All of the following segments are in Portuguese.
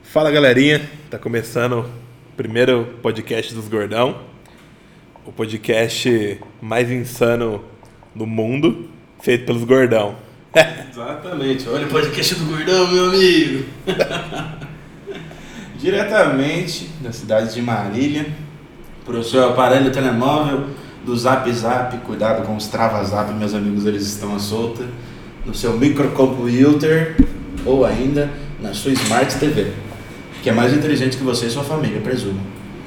Fala galerinha, tá começando o primeiro podcast dos Gordão, o podcast mais insano do mundo, feito pelos Gordão. Exatamente, olha o podcast do Gordão, meu amigo. Diretamente da cidade de Marília, pro seu aparelho telemóvel do Zap Zap, cuidado com os trava-zap, meus amigos, eles estão à solta, no seu microcomputer ou ainda na sua Smart TV, que é mais inteligente que você e sua família, presumo.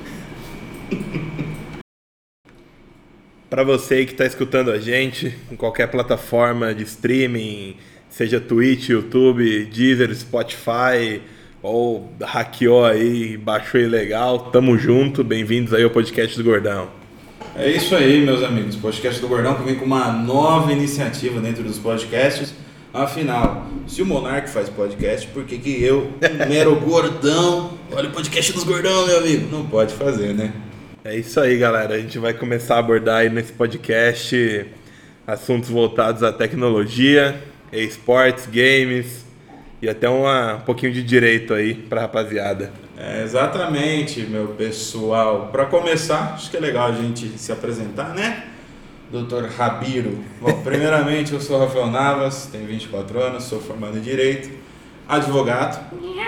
Para você que está escutando a gente em qualquer plataforma de streaming, seja Twitch, YouTube, Deezer, Spotify, ou hackeou aí, baixou ilegal, tamo junto, bem-vindos aí ao podcast do Gordão. É isso aí, meus amigos, podcast do Gordão que vem com uma nova iniciativa dentro dos podcasts. Afinal, se o Monark faz podcast, por que eu, um mero gordão, olha o podcast dos Gordão, meu amigo, não pode fazer, né? É isso aí, galera. A gente vai começar a abordar aí nesse podcast assuntos voltados à tecnologia, esportes, games e até um pouquinho de direito aí pra rapaziada. É, exatamente, meu pessoal. Para começar, acho que é legal a gente se apresentar, né? Dr. Rabiro. Bom, primeiramente, eu sou Rafael Navas, tenho 24 anos, sou formado em Direito, advogado.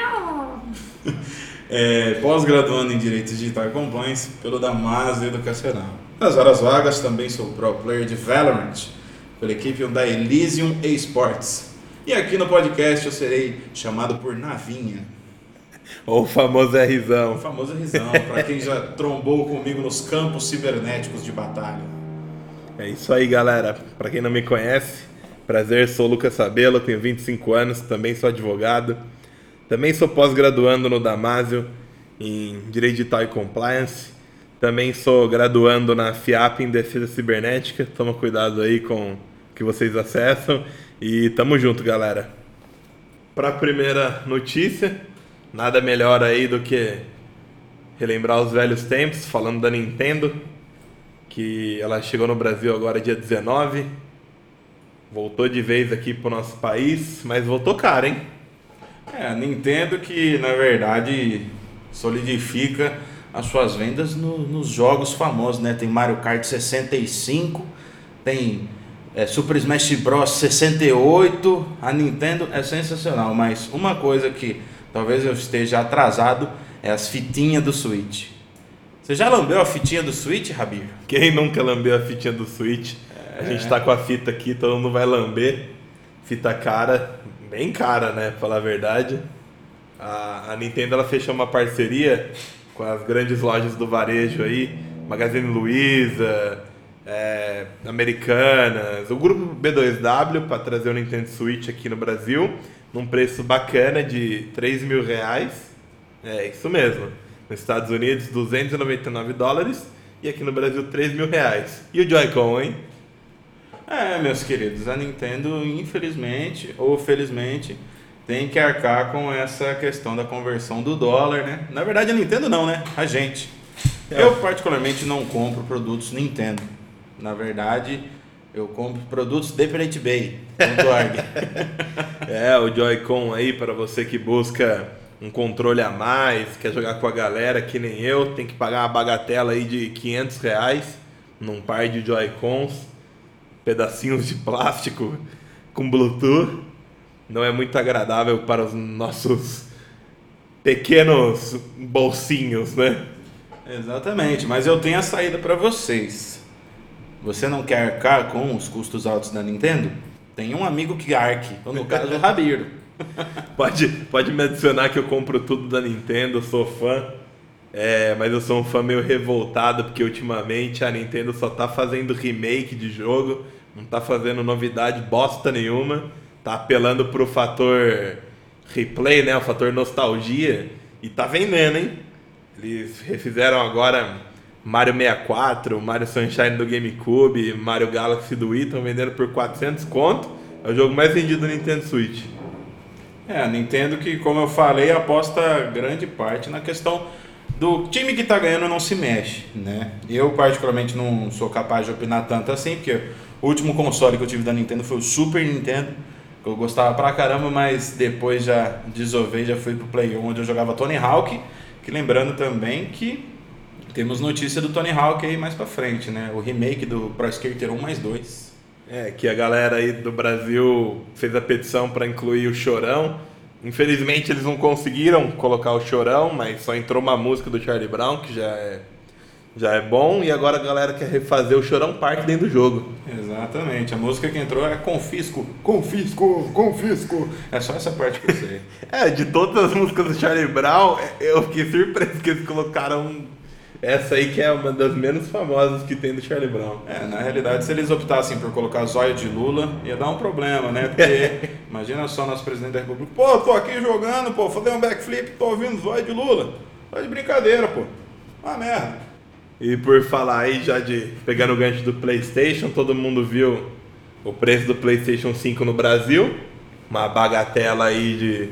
Pós-graduando em Direito Digital e Compliance pelo Damásio Educacional. Nas horas vagas também sou pro player de Valorant, pela equipe da Elysium Esports. E aqui no podcast eu serei chamado por Navinha. Ou o famoso Rzão. O famoso Rzão, para quem já trombou comigo nos campos cibernéticos de batalha. É isso aí, galera. Pra quem não me conhece, prazer, sou o Lucas Sabelo, tenho 25 anos, também sou advogado. Também sou pós-graduando no Damásio em Direito Digital e Compliance. Também sou graduando na FIAP em Defesa Cibernética. Toma cuidado aí com o que vocês acessam. E tamo junto, galera. Para a primeira notícia, nada melhor aí do que relembrar os velhos tempos, falando da Nintendo, que ela chegou no Brasil agora dia 19. Voltou de vez aqui pro nosso país, mas voltou caro, hein? A Nintendo que, na verdade, solidifica as suas vendas nos jogos famosos, né? Tem Mario Kart 65, tem Super Smash Bros 68, a Nintendo é sensacional, mas uma coisa que talvez eu esteja atrasado é as fitinhas do Switch. Você já lambeu a fitinha do Switch, Rabir? Quem nunca lambeu a fitinha do Switch? A gente tá com a fita aqui, todo mundo vai lamber. Fita cara, bem cara, né? Pra falar a verdade. A Nintendo ela fechou uma parceria com as grandes lojas do varejo aí, Magazine Luiza, Americanas, o grupo B2W, para trazer o Nintendo Switch aqui no Brasil, num preço bacana de R$3.000. É isso mesmo. Nos Estados Unidos, $299 e aqui no Brasil, R$3.000. E o Joy-Con, hein? Meus queridos, a Nintendo, infelizmente ou felizmente, tem que arcar com essa questão da conversão do dólar, né? Na verdade, a Nintendo não, né? A gente. Eu, particularmente, não compro produtos Nintendo. Na verdade, eu compro produtos de Pirate Bay.org. O Joy-Con aí, para você que busca um controle a mais, quer jogar com a galera, que nem eu, tem que pagar uma bagatela aí de R$500 num par de Joy-Cons, pedacinhos de plástico com Bluetooth. Não é muito agradável para os nossos pequenos bolsinhos, né? Exatamente, mas eu tenho a saída para vocês. Você não quer arcar com os custos altos da Nintendo? Tem um amigo que arque, no caso o Rabiro. Pode me adicionar que eu compro tudo da Nintendo, sou fã. Mas eu sou um fã meio revoltado, porque ultimamente a Nintendo só tá fazendo remake de jogo, não tá fazendo novidade bosta nenhuma, tá apelando pro fator replay, né, o fator nostalgia, e tá vendendo, hein? Eles refizeram agora Mario 64, Mario Sunshine do GameCube, Mario Galaxy do Wii, estão vendendo por 400 conto, é o jogo mais vendido do Nintendo Switch. A Nintendo que, como eu falei, aposta grande parte na questão do time que tá ganhando não se mexe, né? Eu particularmente não sou capaz de opinar tanto assim, porque o último console que eu tive da Nintendo foi o Super Nintendo. que eu gostava pra caramba, mas depois já desovei, já fui pro Play 1, onde eu jogava Tony Hawk, que lembrando também que temos notícia do Tony Hawk aí mais pra frente, né? O remake do Pro Skater 1+2. Que a galera aí do Brasil fez a petição para incluir o Chorão. Infelizmente eles não conseguiram colocar o Chorão, mas só entrou uma música do Charlie Brown, que já é bom, e agora a galera quer refazer o Chorão Park dentro do jogo. Exatamente, a música que entrou é Confisco, Confisco, Confisco. É só essa parte que eu sei. De todas as músicas do Charlie Brown, eu fiquei surpreso que eles colocaram essa aí, que é uma das menos famosas que tem do Charlie Brown. Na realidade, se eles optassem por colocar Zóio de Lula, ia dar um problema, né? Porque imagina só nosso presidente da República, pô, tô aqui jogando, pô, fazer um backflip, tô ouvindo Zóio de Lula. Tá de brincadeira, pô. Uma merda. E por falar aí, já pegando o gancho do PlayStation, todo mundo viu o preço do PlayStation 5 no Brasil, uma bagatela aí de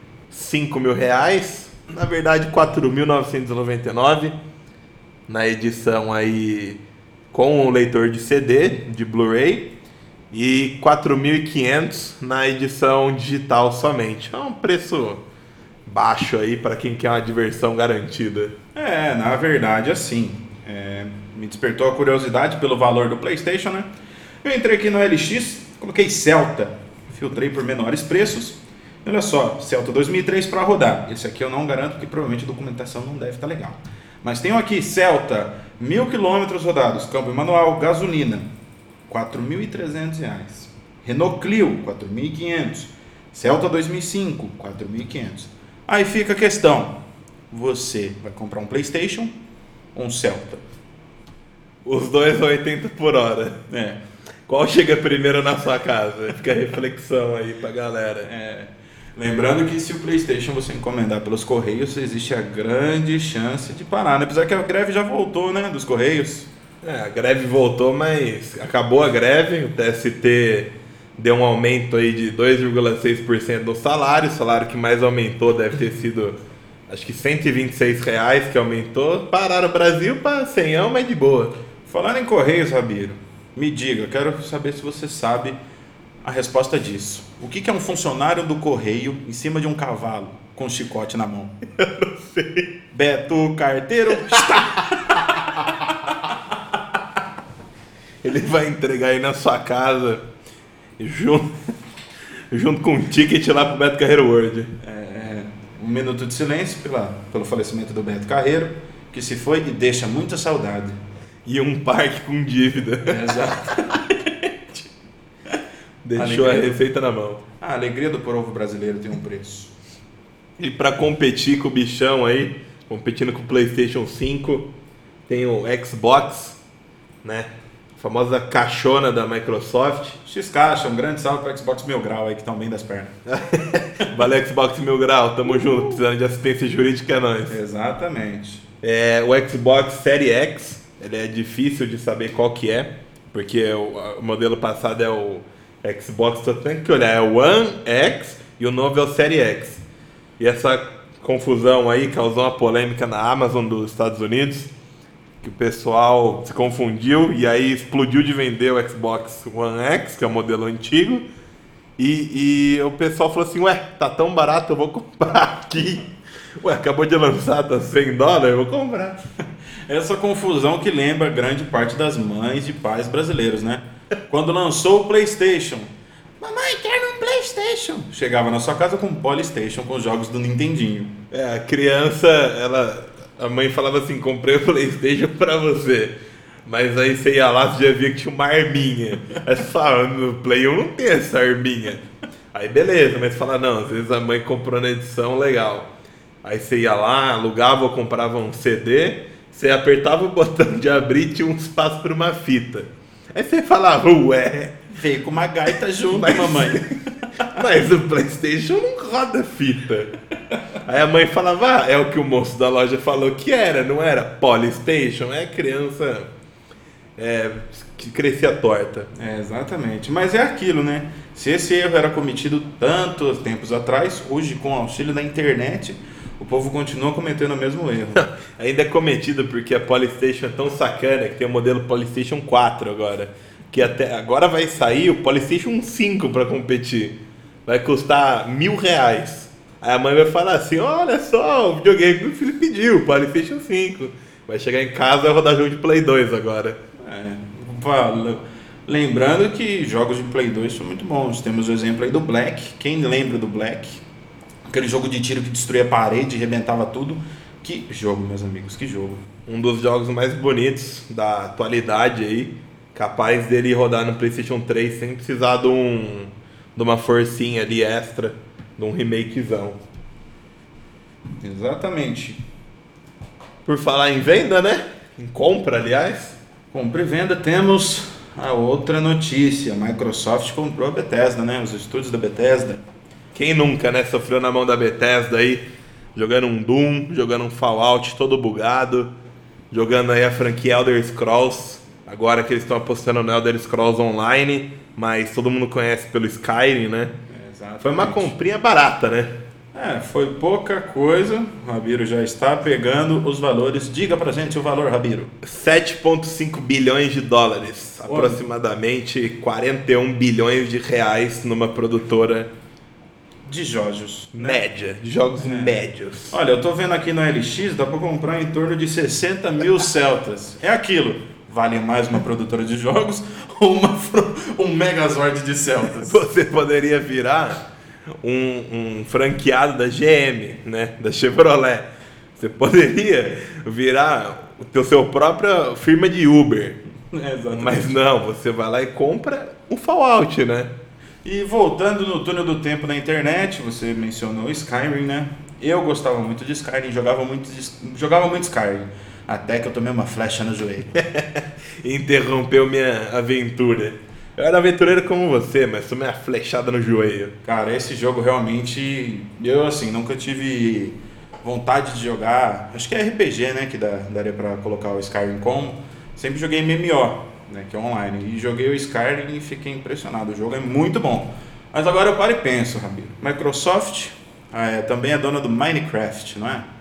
R$5.000, na verdade R$4.999, na edição aí com o leitor de CD, de Blu-ray, e R$4.500 na edição digital somente. É um preço baixo aí para quem quer uma diversão garantida. Na verdade, assim, me despertou a curiosidade pelo valor do PlayStation, né? Eu entrei aqui no LX, coloquei Celta, filtrei por menores preços. Olha só, Celta 2003 para rodar. Esse aqui eu não garanto, porque provavelmente a documentação não deve estar legal. Mas tenho aqui Celta, 1.000 km rodados, câmbio manual, gasolina, R$4.300. Renault Clio, R$4.500. Celta 2005, R$4.500. Aí fica a questão, você vai comprar um PlayStation ou um Celta? Os dois a 80 por hora. Qual chega primeiro na sua casa? Fica a reflexão aí pra galera. Lembrando que se o PlayStation você encomendar pelos Correios, existe a grande chance de parar, né? Apesar que a greve já voltou, né? Dos Correios. A greve voltou, mas acabou a greve. O TST deu um aumento aí de 2,6% do salário. O salário que mais aumentou deve ter sido, acho que R$126 que aumentou. Pararam o Brasil para 100, mas de boa. Falando em Correios, Rabiro, me diga, eu quero saber se você sabe a resposta disso. O que é um funcionário do Correio em cima de um cavalo com um chicote na mão? Eu não sei. Beto Carteiro está! Ele vai entregar aí na sua casa junto com um ticket lá pro Beto Carreiro World. Um minuto de silêncio pelo falecimento do Beto Carreiro, que se foi e deixa muita saudade. E um parque com dívida. Exatamente. Deixou a receita na mão. A alegria do povo brasileiro tem um preço. E para competir com o bichão aí, competindo com o PlayStation 5, tem o Xbox, né? A famosa caixona da Microsoft. X-Caixa, um grande salve para Xbox Mil Grau aí, que estão bem das pernas. Valeu, Xbox Mil Grau, tamo junto, precisando de assistência jurídica é nóis. Exatamente. O Xbox Series X, ele é difícil de saber qual que é, porque o modelo passado é o Xbox, só tem que olhar, é o One X e o novo é o Series X. E essa confusão aí causou uma polêmica na Amazon dos Estados Unidos, que o pessoal se confundiu e aí explodiu de vender o Xbox One X, que é o modelo antigo, e o pessoal falou assim, tá tão barato, eu vou comprar aqui. Acabou de lançar, tá $100, eu vou comprar. Essa confusão que lembra grande parte das mães e pais brasileiros, né? Quando lançou o PlayStation, mamãe, quero um PlayStation. Chegava na sua casa com um Polystation, com os jogos do Nintendinho. A criança, a mãe falava assim, comprei o PlayStation pra você. Mas aí você ia lá, você já via que tinha uma arminha. Aí você fala, no Play 1 não tem essa arminha. Aí beleza, mas você fala, não, às vezes a mãe comprou na edição, legal. Aí você ia lá, alugava ou comprava um CD, você apertava o botão de abrir e tinha um espaço para uma fita. Aí você falava, veio com uma gaita junto, mamãe. Mas o PlayStation não roda fita. Aí a mãe falava, é o que o moço da loja falou que era, não era Polystation, criança que crescia torta. Exatamente, mas é aquilo, né? Se esse erro era cometido tantos tempos atrás, hoje com o auxílio da internet, o povo continua cometendo o mesmo erro. Ainda é cometido porque a Polystation é tão sacana que tem o modelo Polystation 4 agora. Que até agora vai sair o Polystation 5 para competir. vai custar R$1.000. Aí a mãe vai falar assim, olha só, o videogame que o filho pediu, PlayStation 5. Vai chegar em casa e vai rodar jogo de Play 2 agora. Lembrando que jogos de Play 2 são muito bons. Temos o exemplo aí do Black. Quem lembra do Black? Aquele jogo de tiro que destruía a parede e arrebentava tudo. Que jogo, meus amigos, que jogo. Um dos jogos mais bonitos da atualidade aí. Capaz dele rodar no PlayStation 3 sem precisar de uma forcinha ali extra, de um remakezão. Exatamente. Por falar em venda, né? Em compra, aliás. Compra e venda, temos a outra notícia. A Microsoft comprou a Bethesda, né? Os estúdios da Bethesda. Quem nunca, né? Sofreu na mão da Bethesda aí, jogando um Doom, jogando um Fallout todo bugado, jogando aí a franquia Elder Scrolls. Agora que eles estão apostando no Elder Scrolls Online, mas todo mundo conhece pelo Skyrim, né? Exatamente. Foi uma comprinha barata, né? Foi pouca coisa. O Rabiro já está pegando os valores. Diga pra gente o valor, Rabiro. 7,5 bilhões de dólares, aproximadamente 41 bilhões de reais numa produtora de jogos média, de jogos médios. Olha, eu tô vendo aqui no LX, dá pra comprar em torno de 60 mil celtas. É aquilo. Vale mais uma produtora de jogos ou um Megazord de celtas? Você poderia virar um franqueado da GM, né? Da Chevrolet. Você poderia virar o seu própria firma de Uber. Exatamente. Mas não, você vai lá e compra um Fallout, né? E voltando no túnel do tempo na internet, você mencionou Skyrim, né? Eu gostava muito de Skyrim, jogava muito Skyrim. Até que eu tomei uma flecha no joelho. Interrompeu minha aventura. Eu era aventureiro como você, mas tomei uma flechada no joelho. Cara, esse jogo realmente... Eu, assim, nunca tive vontade de jogar... Acho que é RPG, né? Que daria pra colocar o Skyrim como. Sempre joguei MMO, né? Que é online. E joguei o Skyrim e fiquei impressionado. O jogo é muito bom. Mas agora eu paro e penso, Rabiro. Microsoft também é dona do Minecraft, não é?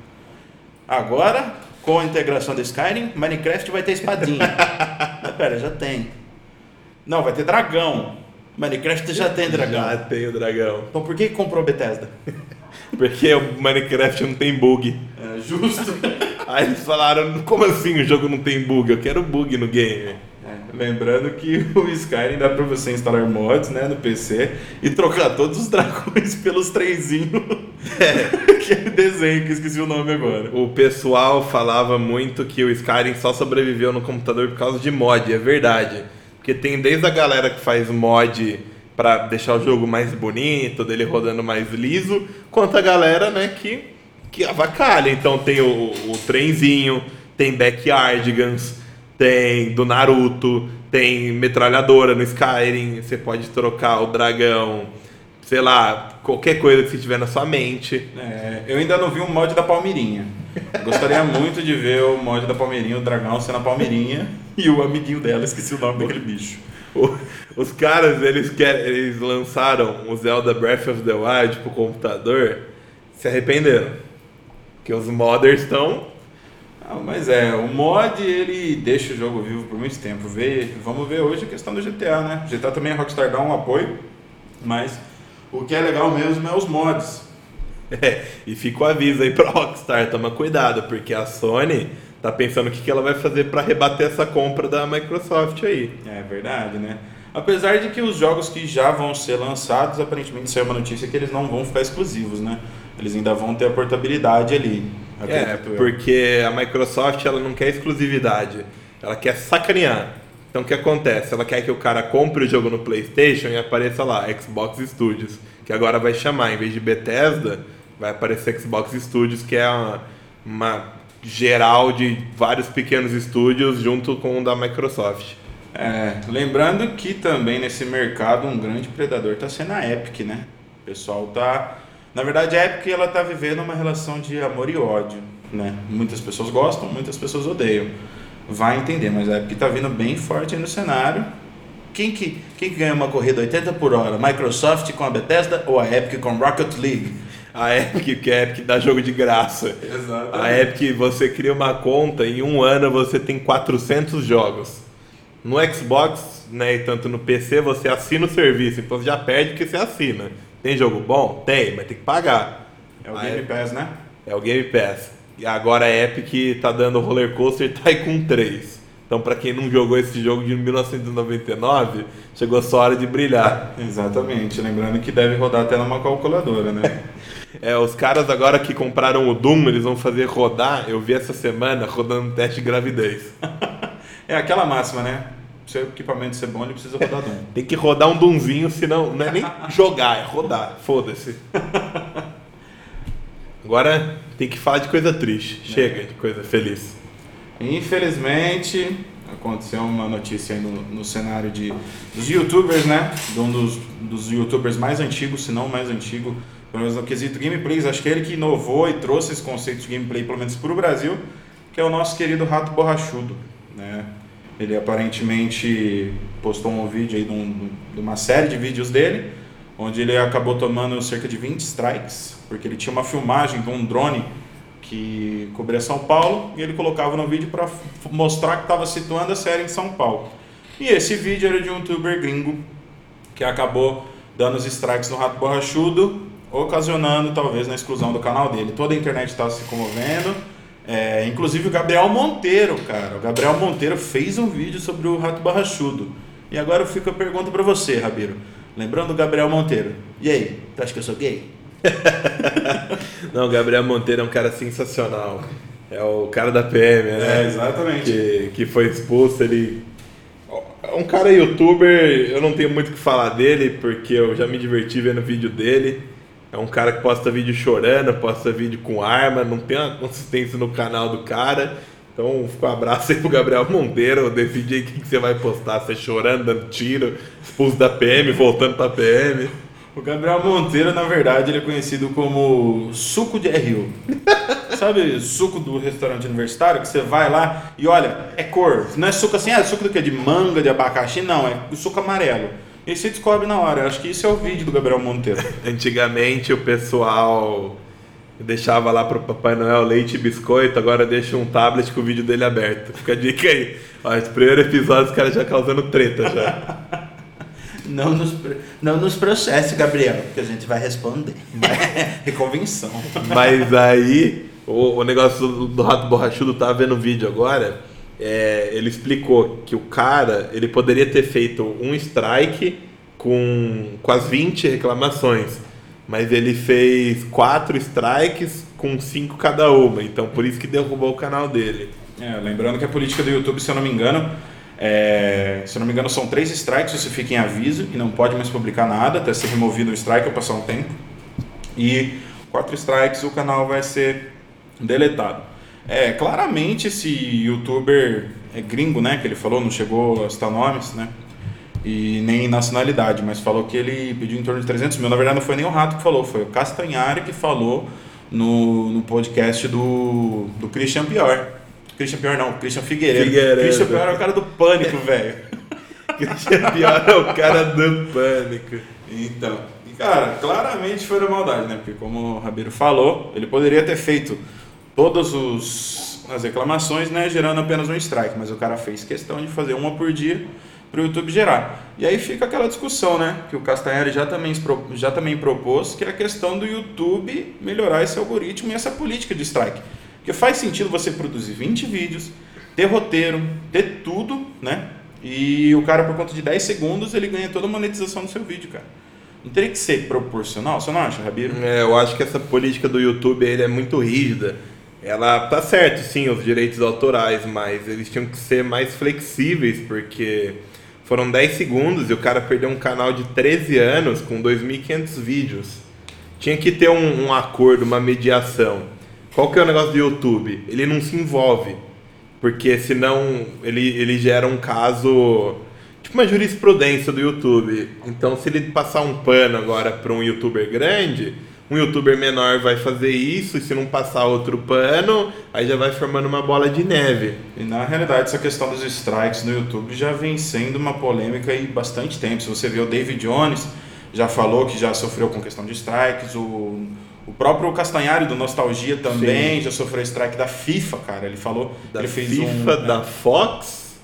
Agora... Com a integração do Skyrim, Minecraft vai ter espadinha. Mas pera, já tem. Não, vai ter dragão. Minecraft já tem dragão. Já tem o dragão. Então por que comprou Bethesda? Porque o Minecraft não tem bug. É justo. Aí eles falaram, como assim o jogo não tem bug? Eu quero bug no game. Lembrando que o Skyrim dá pra você instalar mods, né, no PC e trocar todos os dragões pelos trenzinhos. Que é desenho, que eu esqueci o nome agora. O pessoal falava muito que o Skyrim só sobreviveu no computador por causa de mod, é verdade. Porque tem desde a galera que faz mod pra deixar o jogo mais bonito, dele rodando mais liso, quanto a galera, né, que avacalha. Então tem o trenzinho, tem backyardigans, tem do Naruto, tem metralhadora no Skyrim, você pode trocar o dragão, sei lá, qualquer coisa que você tiver na sua mente. Eu ainda não vi um mod da Palmeirinha. Gostaria muito de ver o mod da Palmeirinha, o dragão sendo a Palmeirinha e o amiguinho dela, esqueci o nome daquele bicho. Os caras, eles lançaram o Zelda Breath of the Wild pro computador, se arrependeram. Porque os modders estão... Mas o mod ele deixa o jogo vivo por muito tempo. Vamos ver hoje a questão do GTA, né? GTA também a Rockstar dá um apoio, mas o que é legal mesmo é os mods. E fica o aviso aí pra Rockstar, toma cuidado, porque a Sony tá pensando o que ela vai fazer pra rebater essa compra da Microsoft aí. É verdade, né? Apesar de que os jogos que já vão ser lançados, aparentemente saiu uma notícia que eles não vão ficar exclusivos, né? Eles ainda vão ter a portabilidade ali. Porque a Microsoft ela não quer exclusividade, ela quer sacanear. Então o que acontece? Ela quer que o cara compre o jogo no PlayStation e apareça lá, Xbox Studios, que agora vai chamar, em vez de Bethesda, vai aparecer Xbox Studios, que é uma geral de vários pequenos estúdios junto com o da Microsoft. Lembrando que também nesse mercado um grande predador está sendo a Epic, né? O pessoal tá... Na verdade, a Epic ela tá vivendo uma relação de amor e ódio, né? Muitas pessoas gostam, muitas pessoas odeiam. Vai entender, mas a Epic tá vindo bem forte aí no cenário. Quem que ganha uma corrida 80 por hora? Microsoft com a Bethesda ou a Epic com Rocket League? A Epic, que a Epic dá jogo de graça. Exatamente. A Epic, você cria uma conta, em um ano você tem 400 jogos. No Xbox, né, e tanto no PC, você assina o serviço, então você já perde porque você assina. Tem jogo bom? Tem, mas tem que pagar. É o Game Pass, né? É o Game Pass. E agora a Epic tá dando Roller Coaster Tycoon 3. Então, pra quem não jogou esse jogo de 1999, chegou só a hora de brilhar. Exatamente. Lembrando que deve rodar até numa calculadora, né? Os caras agora que compraram o Doom, eles vão fazer rodar, eu vi essa semana, rodando um teste de gravidez. É aquela máxima, né? Se o equipamento ser bom, ele precisa rodar Doom. Tem que rodar um Doomzinho, senão não é nem jogar, é rodar. Foda-se. Agora tem que falar de coisa triste. Chega de coisa feliz. Infelizmente, aconteceu uma notícia aí no cenário dos youtubers, né? De um dos youtubers mais antigos, se não o mais antigo, pelo menos no quesito gameplays. Acho que ele que inovou e trouxe esse conceito de gameplay, pelo menos para o Brasil, que é o nosso querido Rato Borrachudo, né? Ele aparentemente postou um vídeo aí de uma série de vídeos dele, onde ele acabou tomando cerca de 20 strikes, porque ele tinha uma filmagem de um drone que cobria São Paulo e ele colocava no vídeo para mostrar que estava situando a série em São Paulo. E esse vídeo era de um youtuber gringo que acabou dando os strikes no Rato Borrachudo, ocasionando talvez na exclusão do canal dele. Toda a internet estava se comovendo, inclusive o Gabriel Monteiro, cara. O Gabriel Monteiro fez um vídeo sobre o Rato Borrachudo. E agora fica a pergunta para você, Rabiro. Lembrando do Gabriel Monteiro. E aí, tu acha que eu sou gay? Não, o Gabriel Monteiro é um cara sensacional. É o cara da PM, né? Exatamente. Que foi expulso. Ele é um cara youtuber. Eu não tenho muito o que falar dele, porque eu já me diverti vendo vídeo dele. É um cara que posta vídeo chorando, posta vídeo com arma, não tem uma consistência no canal do cara. Então, fica um abraço aí pro Gabriel Monteiro. Decide aí o que você vai postar. Você chorando, dando tiro, expulso da PM, voltando pra PM. O Gabriel Monteiro, na verdade, ele é conhecido como suco de RU. Sabe suco do restaurante universitário? Que você vai lá e olha, é cor. Não é suco assim, suco do quê? De manga, de abacaxi? Não, é suco amarelo. E aí você descobre na hora. Eu acho que isso é o vídeo do Gabriel Monteiro. Antigamente o pessoal deixava lá pro Papai Noel leite e biscoito, agora deixa um tablet com o vídeo dele aberto. Fica a dica aí. Ó, esse primeiro episódio os caras já causando treta já. Não nos processe, Gabriel, que a gente vai responder. Reconvenção. Mas aí, o negócio do Rato Borrachudo, tava vendo o vídeo agora, ele explicou que o cara, ele poderia ter feito um strike com as 20 reclamações, mas ele fez 4 strikes com 5 cada uma, então por isso que derrubou o canal dele. Lembrando que a política do YouTube, se eu não me engano, são 3 strikes, você fica em aviso e não pode mais publicar nada até ser removido o strike ou passar um tempo. E 4 strikes o canal vai ser deletado. Claramente esse youtuber gringo, né, que ele falou, não chegou a citar nomes, né, e nem nacionalidade, mas falou que ele pediu em torno de 300 mil. Na verdade não foi nem o Rato que falou, foi o Castanhari que falou no podcast do Christian Pior. Christian Figueiredo. Christian Pior é o cara do Pânico, velho. Christian Pior é o cara do Pânico. Então, cara, claramente foi da maldade, né? Porque como o Rabiro falou, ele poderia ter feito todas as reclamações, né, gerando apenas um strike, mas o cara fez questão de fazer uma por dia para o YouTube gerar. E aí fica aquela discussão, né, que o Castanhari já também propôs, que é a questão do YouTube melhorar esse algoritmo e essa política de strike. Porque faz sentido você produzir 20 vídeos, ter roteiro, ter tudo, né? E o cara, por conta de 10 segundos, ele ganha toda a monetização do seu vídeo, cara. Não teria que ser proporcional? Você não acha, Rabiro? Eu acho que essa política do YouTube ele é muito rígida. Ela tá certo, sim, os direitos autorais, mas eles tinham que ser mais flexíveis, porque foram 10 segundos e o cara perdeu um canal de 13 anos com 2.500 vídeos. Tinha que ter um acordo, uma mediação. Qual que é o negócio do YouTube? Ele não se envolve, porque senão ele gera um caso, tipo uma jurisprudência do YouTube. Então se ele passar um pano agora para um youtuber grande, um youtuber menor vai fazer isso, e se não passar outro pano, aí já vai formando uma bola de neve. E na realidade essa questão dos strikes no YouTube já vem sendo uma polêmica há bastante tempo. Se você vê o David Jones, já falou que já sofreu com questão de strikes, o próprio Castanhari do Nostalgia também já sofreu strike da FIFA, cara. Ele falou da que ele fez FIFA, da Fox?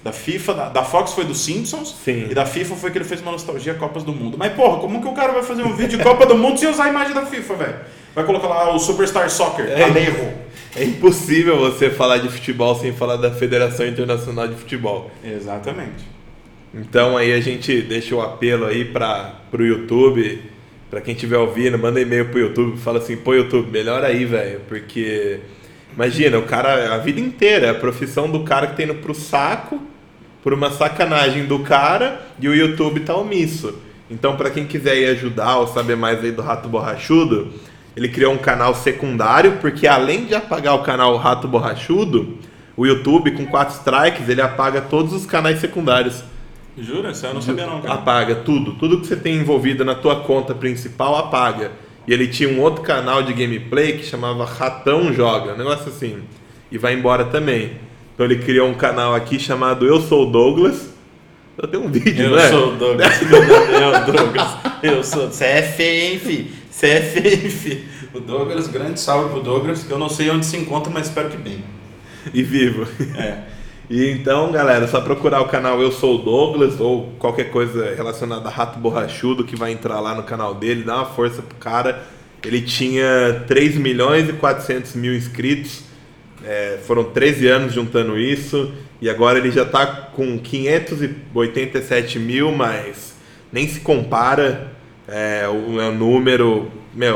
Da FIFA, da Fox foi dos Simpsons. Sim. E da FIFA foi que ele fez uma nostalgia Copas do Mundo. Mas porra, como que o cara vai fazer um vídeo de Copa do Mundo sem usar a imagem da FIFA, velho? Vai colocar lá o Superstar Soccer, Alejo. É impossível você falar de futebol sem falar da Federação Internacional de Futebol. Exatamente. Então aí a gente deixa o apelo aí pro YouTube, pra quem estiver ouvindo, manda e-mail pro YouTube, fala assim, pô YouTube, melhora aí, velho, porque imagina, o cara, a vida inteira, a profissão do cara que tá indo pro saco, por uma sacanagem do cara, e o YouTube tá omisso. Então pra quem quiser ir ajudar ou saber mais aí do Rato Borrachudo, ele criou um canal secundário, porque além de apagar o canal Rato Borrachudo, o YouTube com 4 strikes, ele apaga todos os canais secundários. Jura? Isso eu não sabia não, cara. Apaga tudo que você tem envolvido na tua conta principal, apaga. E ele tinha um outro canal de gameplay que chamava Ratão Joga, um negócio assim. E vai embora também. Então ele criou um canal aqui chamado Eu Sou o Douglas. Eu tenho um vídeo, né? Eu sou o Douglas. Meu nome é o Douglas. Eu sou... Você é feio, hein, fi? Você é feio, fi? O Douglas, grande salve pro Douglas. Eu não sei onde se encontra, mas espero que bem. E vivo. É. E então, galera, só procurar o canal Eu Sou o Douglas ou qualquer coisa relacionada a Rato Borrachudo que vai entrar lá no canal dele, dá uma força pro cara. Ele tinha 3 milhões e 400 mil inscritos, foram 13 anos juntando isso, e agora ele já tá com 587 mil, mas nem se compara, é um número,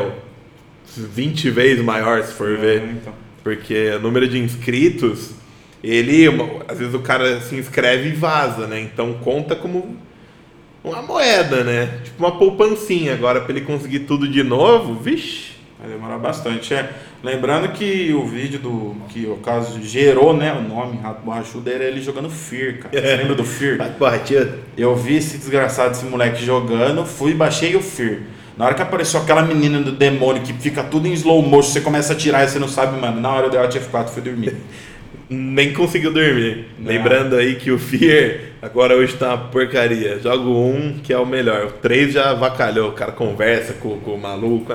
20 vezes maior se for ver, Então. porque o número de inscritos... às vezes o cara se inscreve e vaza, né? Então conta como uma moeda, né? Tipo uma poupancinha. Agora, pra ele conseguir tudo de novo, vixe. Vai demorar bastante. Lembrando que o vídeo que o caso gerou, né, o nome Rato Borrachudo era ele jogando Fear, cara. Você lembra do Fear? Rato Borrachudo. Eu vi esse desgraçado, esse moleque jogando, fui e baixei o Fear. Na hora que apareceu aquela menina do demônio que fica tudo em slow motion, você começa a atirar e você não sabe, mano. Na hora eu dei Alt F4 e fui dormir. Nem conseguiu dormir. Não. Lembrando aí que o Fear agora hoje tá uma porcaria. Jogo 1, que é o melhor. O 3 já avacalhou. O cara conversa com o maluco.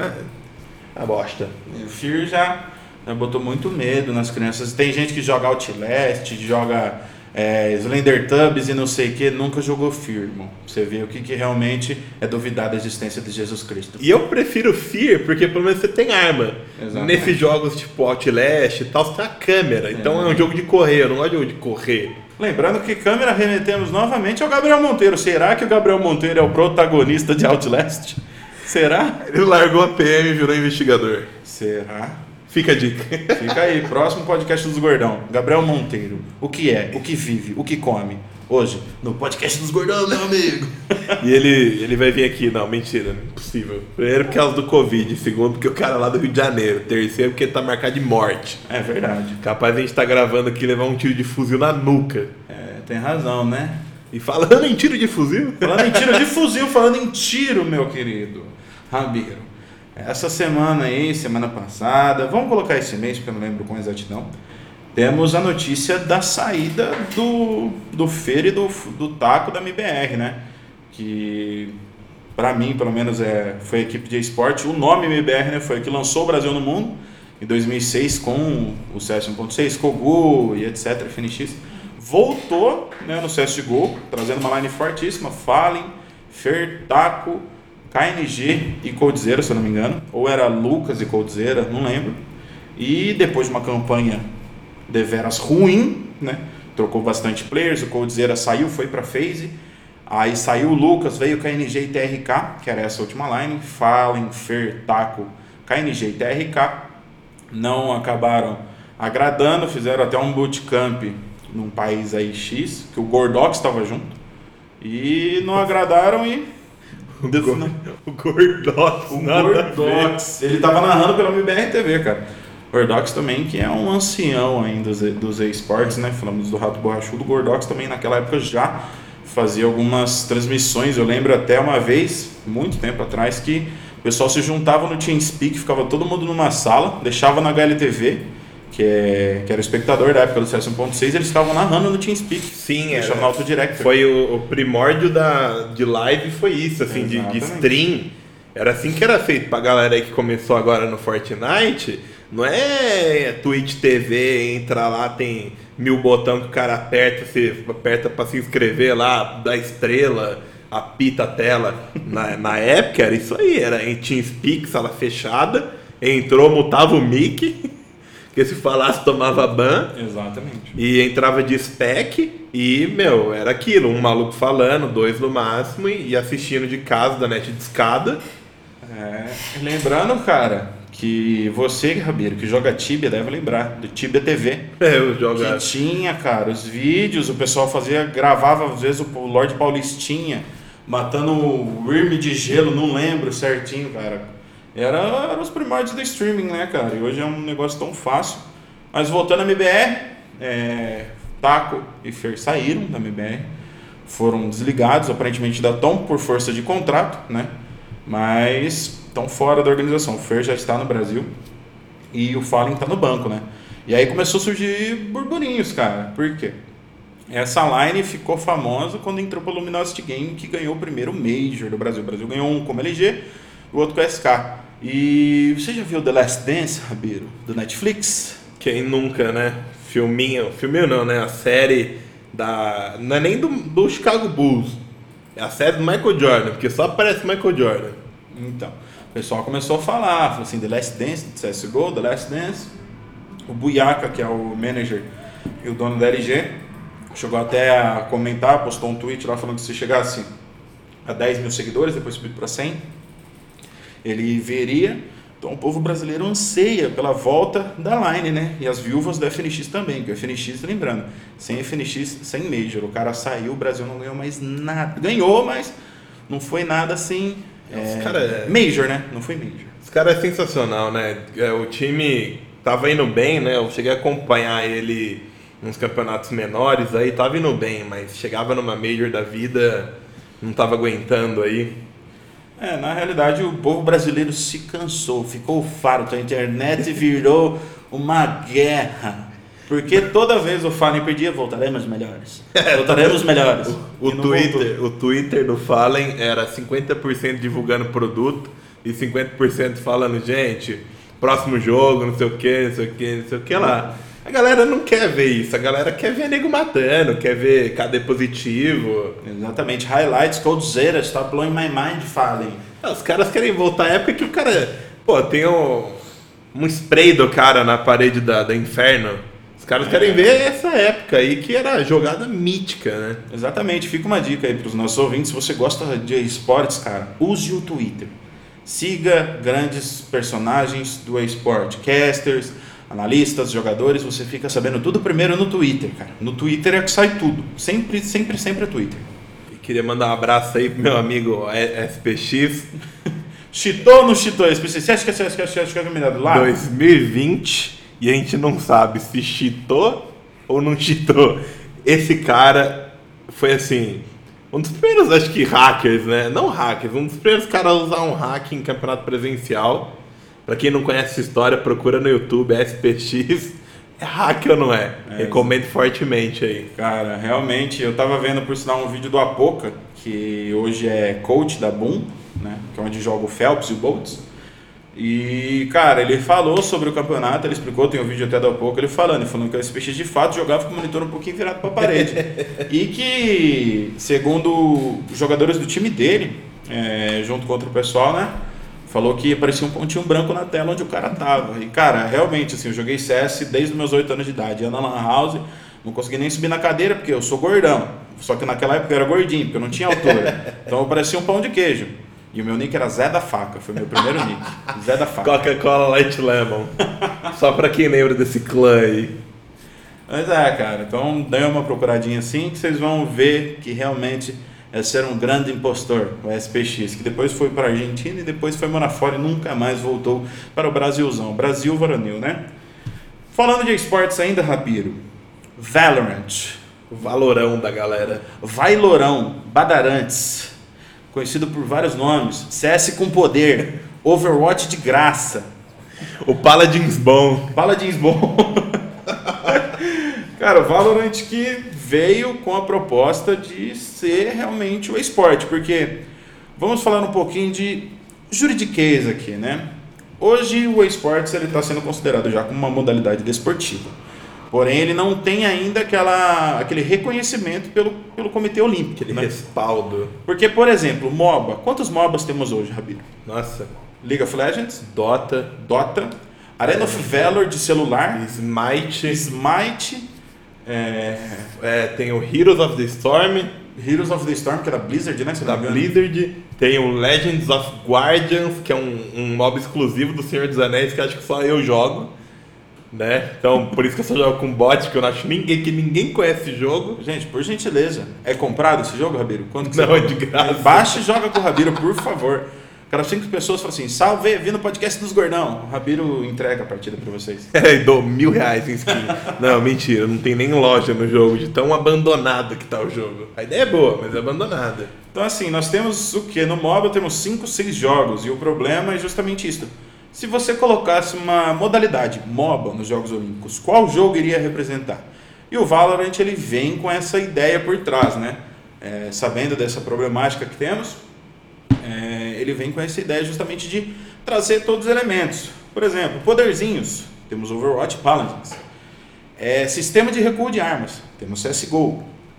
A bosta. O Fear já botou muito medo nas crianças. Tem gente que joga Outlast, joga Slender Tubs e não sei o que, nunca jogou Fear, irmão. Você vê o que realmente é duvidar da existência de Jesus Cristo. E eu prefiro Fear porque pelo menos você tem arma. Exatamente. Nesses jogos tipo Outlast e tal, você tem a câmera. Então é um jogo de correr, eu não gosto de jogo de correr. Lembrando que câmera remetemos novamente ao Gabriel Monteiro. Será que o Gabriel Monteiro é o protagonista de Outlast? Será? Ele largou a PM e virou investigador. Será? Fica a dica. Fica aí, próximo podcast dos Gordão. Gabriel Monteiro. O que é, o que vive, o que come? Hoje, no podcast dos Gordão, meu amigo. E ele vai vir aqui. Não, mentira, impossível. Primeiro por causa do Covid, segundo porque o cara é lá do Rio de Janeiro, terceiro porque ele tá marcado de morte. É verdade. Capaz a gente tá gravando aqui e levar um tiro de fuzil na nuca. Tem razão, né? E falando em tiro de fuzil... Falando em tiro de fuzil, falando em tiro, meu querido Ramiro. Essa semana aí, semana passada, vamos colocar esse mês, porque eu não lembro com exatidão, temos a notícia da saída do Fer e do Taco da MBR, né? Que, pra mim, pelo menos, foi a equipe de esporte. O nome MBR, né, foi a que lançou o Brasil no mundo, em 2006, com o CS 1.6, Kogu e etc, FNX. Voltou, né, no CSGO, trazendo uma line fortíssima, Fallen, Fer, Taco, KNG e Coldzera, se eu não me engano, ou era Lucas e Coldzera, não lembro. E depois de uma campanha deveras ruim, né, trocou bastante players, o Coldzera saiu, foi para FaZe, aí saiu o Lucas, veio KNG e TRK, que era essa última line, Fallen, Fer, Taco, KNG e TRK, não acabaram agradando, fizeram até um bootcamp num país aí X, que o Gordox estava junto, e não agradaram e... O Gordox. Ele tava narrando pela MBR TV, cara. O Gordox também, que é um ancião ainda dos esportes, né? Falamos do Rato Borrachudo. O Gordox também naquela época já fazia algumas transmissões. Eu lembro até uma vez, muito tempo atrás, que o pessoal se juntava no TeamSpeak, ficava todo mundo numa sala, deixava na HLTV, que era o espectador da época do CS 1.6, eles estavam narrando no TeamSpeak. Sim, deixava no autodirect. Foi o primórdio de live, foi isso, assim, de stream. Era assim que era feito pra galera aí que começou agora no Fortnite. Não é Twitch TV, entra lá, tem 1000 botão que o cara aperta, você aperta pra se inscrever lá, dá estrela, apita a tela. Na época era isso aí, era em TeamSpeak, sala fechada, entrou, mutava o mic, que se falasse tomava ban. Exatamente. E entrava de spec e, era aquilo, um maluco falando, 2 no máximo, e assistindo de casa, da net de escada. Lembrando, cara, que você, Rabiro, que joga Tibia, deve lembrar do Tibia TV. Eu jogava. Que tinha, cara, os vídeos, o pessoal gravava às vezes o Lorde Paulistinha matando o Wyrm de gelo, não lembro certinho, cara. Era os primórdios do streaming, né, cara? E hoje é um negócio tão fácil. Mas voltando à MBR, Taco e Fer saíram da MBR, foram desligados aparentemente da Tom por força de contrato, né? Mas estão fora da organização. O Fer já está no Brasil e o Fallen está no banco, né? E aí começou a surgir burburinhos, cara. Por quê? Essa line ficou famosa quando entrou pelo Luminosity Game, que ganhou o primeiro Major do Brasil. O Brasil ganhou um como LG, o outro com SK. E você já viu The Last Dance, Rabiro, do Netflix? Quem nunca, né? Filminho não, né? A série não é nem do Chicago Bulls. É a série do Michael Jordan, porque só aparece Michael Jordan. Então, o pessoal começou a falar, falou assim, The Last Dance, CSGO, The Last Dance. O Buyaka, que é o manager e o dono da LG, chegou até a comentar, postou um tweet lá falando que se chegasse a 10 mil seguidores, depois subiu para 100, ele veria. Então o povo brasileiro anseia pela volta da line, né? E as viúvas do FNX também, que o FNX, lembrando, sem FNX, sem Major. O cara saiu, o Brasil não ganhou mais nada. Ganhou, mas não foi nada assim... Major, né? Não foi Major. Esse cara é sensacional, né? O time tava indo bem, né? Eu cheguei a acompanhar ele nos campeonatos menores, aí tava indo bem, mas chegava numa Major da vida, não tava aguentando aí. Na realidade o povo brasileiro se cansou, ficou farto, a internet virou uma guerra, porque toda vez o Fallen perdia, voltaremos melhores, voltaremos melhores. O Twitter do Fallen era 50% divulgando produto e 50% falando, gente, próximo jogo, não sei o que lá. A galera não quer ver isso, a galera quer ver nego matando, quer ver KD positivo. Exatamente, highlights, coldzera, stop blowing my mind, Fallen. Os caras querem voltar à época que o cara, tem um spray do cara na parede da Inferno. Os caras querem ver essa época aí que era jogada mítica, né? Exatamente, fica uma dica aí para os nossos ouvintes, se você gosta de esportes, cara, use o Twitter. Siga grandes personagens do esporte, casters, analistas, jogadores, você fica sabendo tudo primeiro no Twitter, cara. No Twitter é que sai tudo. Sempre é Twitter. E queria mandar um abraço aí pro meu amigo SPX. Cheatou ou não cheatou? SPX, você acha que é melhor do lado? 2020 e a gente não sabe se cheatou ou não cheatou. Esse cara foi assim, um dos primeiros, acho que hackers, né? Não hackers, um dos primeiros caras a usar um hack em campeonato presencial. Pra quem não conhece essa história, procura no YouTube, SPX. É hack ou não é? Recomendo fortemente aí. Cara, realmente, eu tava vendo, por sinal, um vídeo do Apoca, que hoje é coach da Boom, né? Que é onde joga o Phelps e o Boltz. E, cara, ele falou sobre o campeonato, ele explicou, tem um vídeo até do Apoca, ele falando que o SPX de fato jogava com o monitor um pouquinho virado pra parede. E que, segundo os jogadores do time dele, junto com outro pessoal, né? Falou que parecia um pontinho branco na tela onde o cara tava. E, cara, realmente, assim, eu joguei CS desde os meus 8 anos de idade. Eu na Lan House, não consegui nem subir na cadeira, porque eu sou gordão. Só que naquela época eu era gordinho, porque eu não tinha altura. Então eu parecia um pão de queijo. E o meu nick era Zé da Faca, foi meu primeiro nick. Zé da Faca. Coca-Cola Light Lemon. Só pra quem lembra desse clã aí. Mas cara, então dê uma procuradinha assim, que vocês vão ver que realmente... Esse era um grande impostor, o SPX, que depois foi para a Argentina e depois foi morar fora e nunca mais voltou para o Brasilzão. Brasil varonil, né? Falando de esportes ainda, Rabiro. Valorant. O valorão da galera. Vailorão, Badarantes. Conhecido por vários nomes. CS com poder. Overwatch de graça. O Paladins bom. Paladins bom. Cara, o Valorant que veio com a proposta de ser realmente o esporte, porque vamos falar um pouquinho de juridiquês aqui, né? Hoje o eSports está sendo considerado já como uma modalidade desportiva. Porém, ele não tem ainda aquele reconhecimento pelo Comitê Olímpico. Aquele respaldo. Porque, por exemplo, MOBA. Quantos MOBAs temos hoje, Rabiro? Nossa. League of Legends, Dota, Arena of Valor de celular, Smite. Tem o Heroes of the Storm, que é da Blizzard, né? da Blizzard. Tem o Legends of Guardians, que é um mob exclusivo do Senhor dos Anéis, que acho que só eu jogo. Né? Então, por isso que eu só jogo com bot, que eu não acho que ninguém conhece esse jogo. Gente, por gentileza, é comprado esse jogo, Rabiro? Quanto que não, é de graça. Baixa e joga com o Rabiro, por favor. Cada 5 pessoas falam assim, salve, vi no podcast dos Gordão. O Rabiro entrega a partida pra vocês. E dou R$1.000 em skin. Não, mentira, não tem nem loja no jogo, de tão abandonado que tá o jogo. A ideia é boa, mas é abandonada. Então assim, nós temos o que? No MOBA temos 5, 6 jogos, e o problema é justamente isso. Se você colocasse uma modalidade MOBA nos Jogos Olímpicos, qual jogo iria representar? E o Valorant, ele vem com essa ideia por trás, né? Sabendo dessa problemática que temos, ele vem com essa ideia justamente de trazer todos os elementos. Por exemplo, poderzinhos, temos Overwatch Paladins. Sistema de recuo de armas, temos CSGO.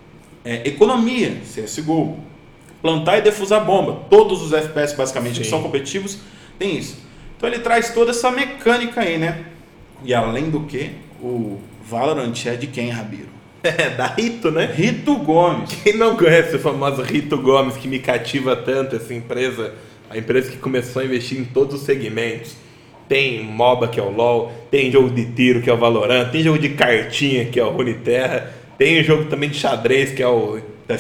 Economia, CSGO. Plantar e defusar bomba, todos os FPS basicamente que são competitivos, tem isso. Então ele traz toda essa mecânica aí, né? E além do que, o Valorant é de quem, Rabiro? Da Rito, né? Rito Gomes. Quem não conhece o famoso Rito Gomes, que me cativa tanto, essa empresa, a empresa que começou a investir em todos os segmentos. Tem MOBA, que é o LoL, tem jogo de tiro, que é o Valorant, tem jogo de cartinha, que é o Runeterra, tem jogo também de xadrez, que é o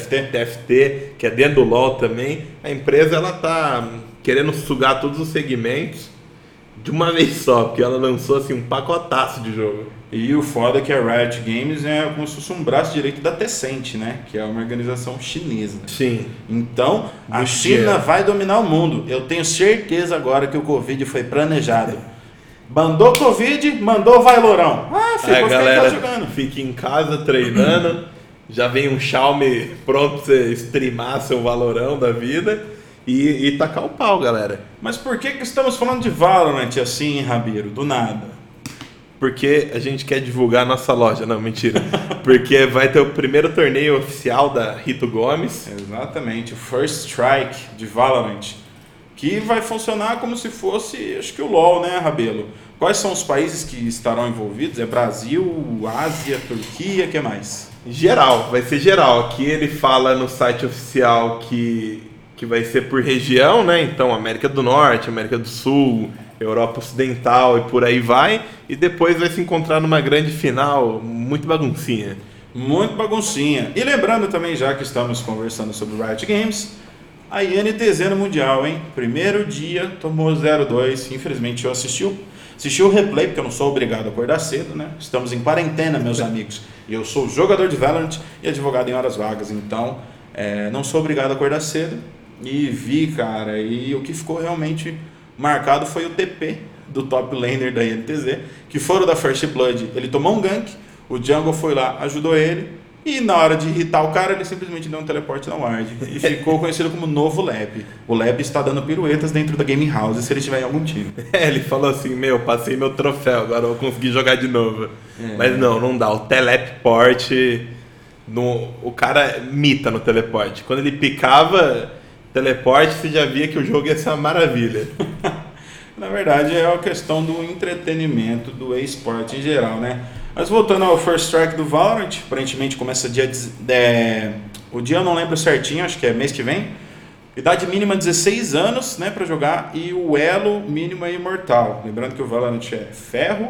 TFT, que é dentro do LoL também. A empresa, ela tá querendo sugar todos os segmentos de uma vez só, porque ela lançou assim um pacotaço de jogo. E o foda é que a Riot Games é como se fosse um braço direito da Tencent, né? Que é uma organização chinesa. Sim. Então, a China vai dominar o mundo. Eu tenho certeza agora que o Covid foi planejado. Mandou Covid, mandou vai Lourão. A galera fica em casa treinando, já vem um Xiaomi pronto pra você streamar seu Valorão da vida. E tacar o pau, galera. Mas por que estamos falando de Valorant assim, Rabiro? Do nada. Porque a gente quer divulgar a nossa loja. Não, mentira. Porque vai ter o primeiro torneio oficial da Rito Gomes. Exatamente, o First Strike de Valorant. Que vai funcionar como se fosse, acho que o LoL, né, Rabelo? Quais são os países que estarão envolvidos? É Brasil, Ásia, Turquia, o que mais? Geral, vai ser geral. Aqui ele fala no site oficial que vai ser por região, né? Então, América do Norte, América do Sul, Europa Ocidental e por aí vai. E depois vai se encontrar numa grande final, muito baguncinha. Muito baguncinha. E lembrando também, já que estamos conversando sobre Riot Games, a INTZ no Mundial, hein? Primeiro dia, tomou 0-2. Infelizmente, eu assisti o replay, porque eu não sou obrigado a acordar cedo, né? Estamos em quarentena, meus amigos. E eu sou jogador de Valorant e advogado em horas vagas. Então, não sou obrigado a acordar cedo. E vi, cara, e o que ficou realmente marcado foi o TP do top laner da INTZ, que foram da First Blood. Ele tomou um gank, o jungle foi lá, ajudou ele, e na hora de irritar o cara, ele simplesmente deu um teleporte na ward. E ficou conhecido como Novo Leb. O Leb está dando piruetas dentro da Game House, se ele estiver em algum time. Ele falou assim, passei meu troféu, agora eu vou conseguir jogar de novo. Mas não dá, o teleporte, o cara mita no teleporte. Quando ele picava teleporte, você já via que o jogo ia ser uma maravilha. Na verdade, é a questão do entretenimento do eSport em geral, né? Mas voltando ao First Strike do Valorant, aparentemente começa dia... o dia eu não lembro certinho, acho que é mês que vem. Idade mínima 16 anos, né, pra jogar. E o elo mínimo é imortal. Lembrando que o Valorant é ferro,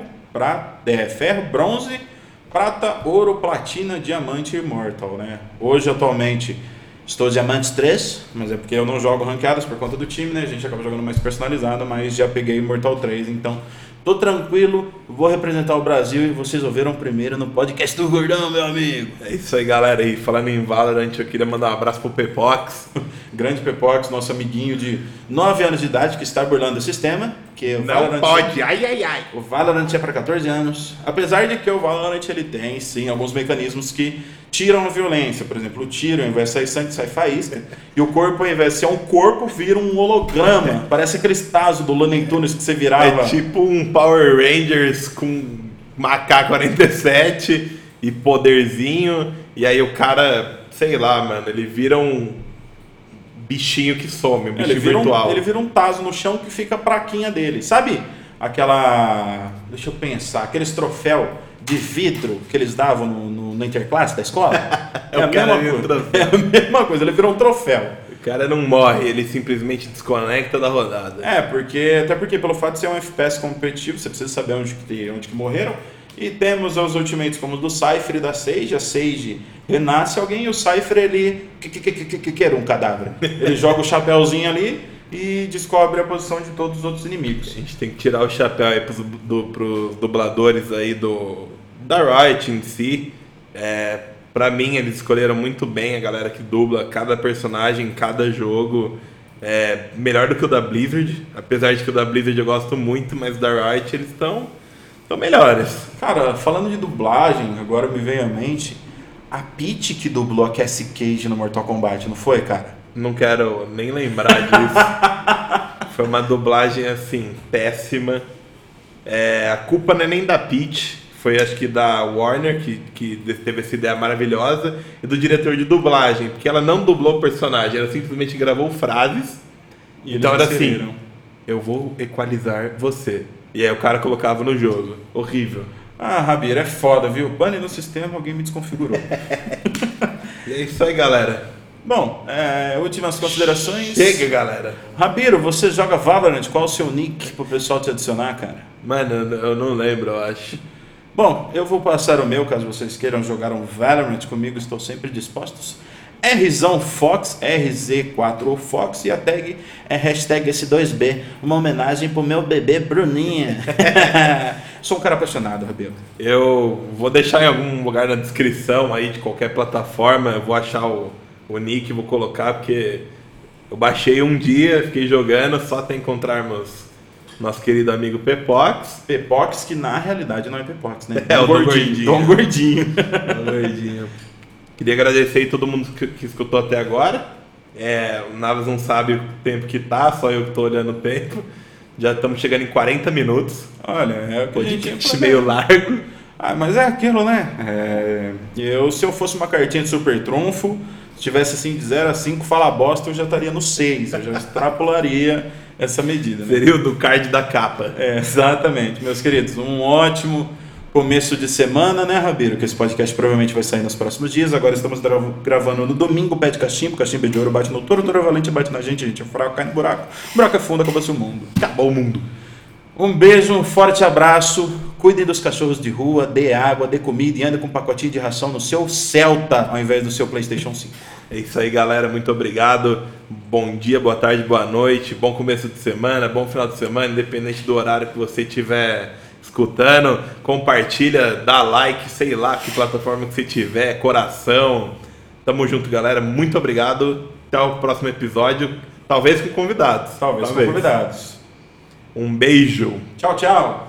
bronze, prata, ouro, platina, diamante e imortal, né? Hoje, atualmente... Estou Diamante 3, mas é porque eu não jogo ranqueadas por conta do time, né? A gente acaba jogando mais personalizado, mas já peguei Immortal 3, então tô tranquilo, vou representar o Brasil e vocês ouviram primeiro no podcast do Gordão, meu amigo. É isso aí, galera. E falando em Valorant, eu queria mandar um abraço pro Pepox. Grande Pepox, nosso amiguinho de 9 anos de idade que está burlando o sistema. Porque Não pode, ai. O Valorant é para 14 anos, apesar de que o Valorant ele tem sim alguns mecanismos que tiram a violência. Por exemplo, o tiro, ao invés de sair sangue, sai faísca. E o corpo, ao invés de ser um corpo, vira um holograma. Parece aqueles tazos do Looney Tunes que você virava. É tipo um Power Rangers com AK-47 e poderzinho. E aí o cara, sei lá, mano, ele vira um bichinho que some, um bichinho virtual. Ele vira um tazo no chão que fica a praquinha dele. Sabe aquela... Deixa eu pensar. Aqueles troféu de vidro que eles davam no interclasse da escola? É a mesma coisa. É a mesma coisa. Ele virou um troféu. O cara não morre, ele simplesmente desconecta da rodada. Até porque pelo fato de ser um FPS competitivo, você precisa saber onde que morreram. E temos os ultimates como o do Cypher e da Sage. A Sage renasce alguém e o Cypher, ele... que era um cadáver. Ele joga o chapéuzinho ali e descobre a posição de todos os outros inimigos. A gente tem que tirar o chapéu aí pros dubladores aí da Riot em si. Pra mim, eles escolheram muito bem a galera que dubla cada personagem, cada jogo. Melhor do que o da Blizzard. Apesar de que o da Blizzard eu gosto muito, mas o da Riot eles estão melhores. Cara, falando de dublagem, agora me veio à mente a Peach que dublou a Cassie Cage no Mortal Kombat, não foi, cara? Não quero nem lembrar disso. Foi uma dublagem, assim, péssima. A culpa não é nem da Peach, foi acho que da Warner, que teve essa ideia maravilhosa, e do diretor de dublagem, porque ela não dublou o personagem, ela simplesmente gravou frases. E então era assim, eu vou equalizar você. E aí o cara colocava no jogo. Horrível. Ah, Rabir, é foda, viu? Pane no sistema, alguém me desconfigurou. E é isso aí, galera. Bom, últimas considerações. Chega, galera. Rabiro, você joga Valorant? Qual o seu nick pro pessoal te adicionar, cara? Mano, eu não lembro, eu acho. Bom, eu vou passar o meu, caso vocês queiram jogar um Valorant comigo, estou sempre dispostos. Rzãofox, RZ4Fox, e a tag é hashtag S2B, uma homenagem pro meu bebê Bruninha. Sou um cara apaixonado, Rabiro. Eu vou deixar em algum lugar na descrição aí de qualquer plataforma, eu vou achar o nick, vou colocar, porque eu baixei um dia, fiquei jogando, só até encontrarmos nosso querido amigo Pepox. Pepox, que na realidade não é Pepox, né? É o gordinho. Tom Gordinho. Gordinho. Queria agradecer a todo mundo que escutou até agora. O Navas não sabe o tempo que tá, só eu que tô olhando o tempo. Já estamos chegando em 40 minutos. Olha, é o que a gente meio largo. Mas é aquilo, né? Se eu fosse uma cartinha de super trunfo, se tivesse assim de 0 a 5, fala bosta, eu já estaria no 6. Eu já extrapolaria essa medida. Né? Seria o do card da capa. Exatamente, meus queridos. Um ótimo começo de semana, né, Rabiro? Que esse podcast provavelmente vai sair nos próximos dias. Agora estamos gravando no domingo, pé de cachimbo é de ouro, bate no touro valente bate na gente é fraco, cai no buraco. O buraco é fundo, acabou-se o mundo. Acabou o mundo. Um beijo, um forte abraço. Cuidem dos cachorros de rua, dê água, dê comida e ande com um pacotinho de ração no seu Celta ao invés do seu PlayStation 5. É isso aí, galera. Muito obrigado. Bom dia, boa tarde, boa noite. Bom começo de semana, bom final de semana, independente do horário que você tiver escutando. Compartilha, dá like, sei lá que plataforma que você tiver, coração. Tamo junto, galera. Muito obrigado. Até o próximo episódio. Talvez com convidados. Talvez com convidados. Um beijo. Tchau, tchau.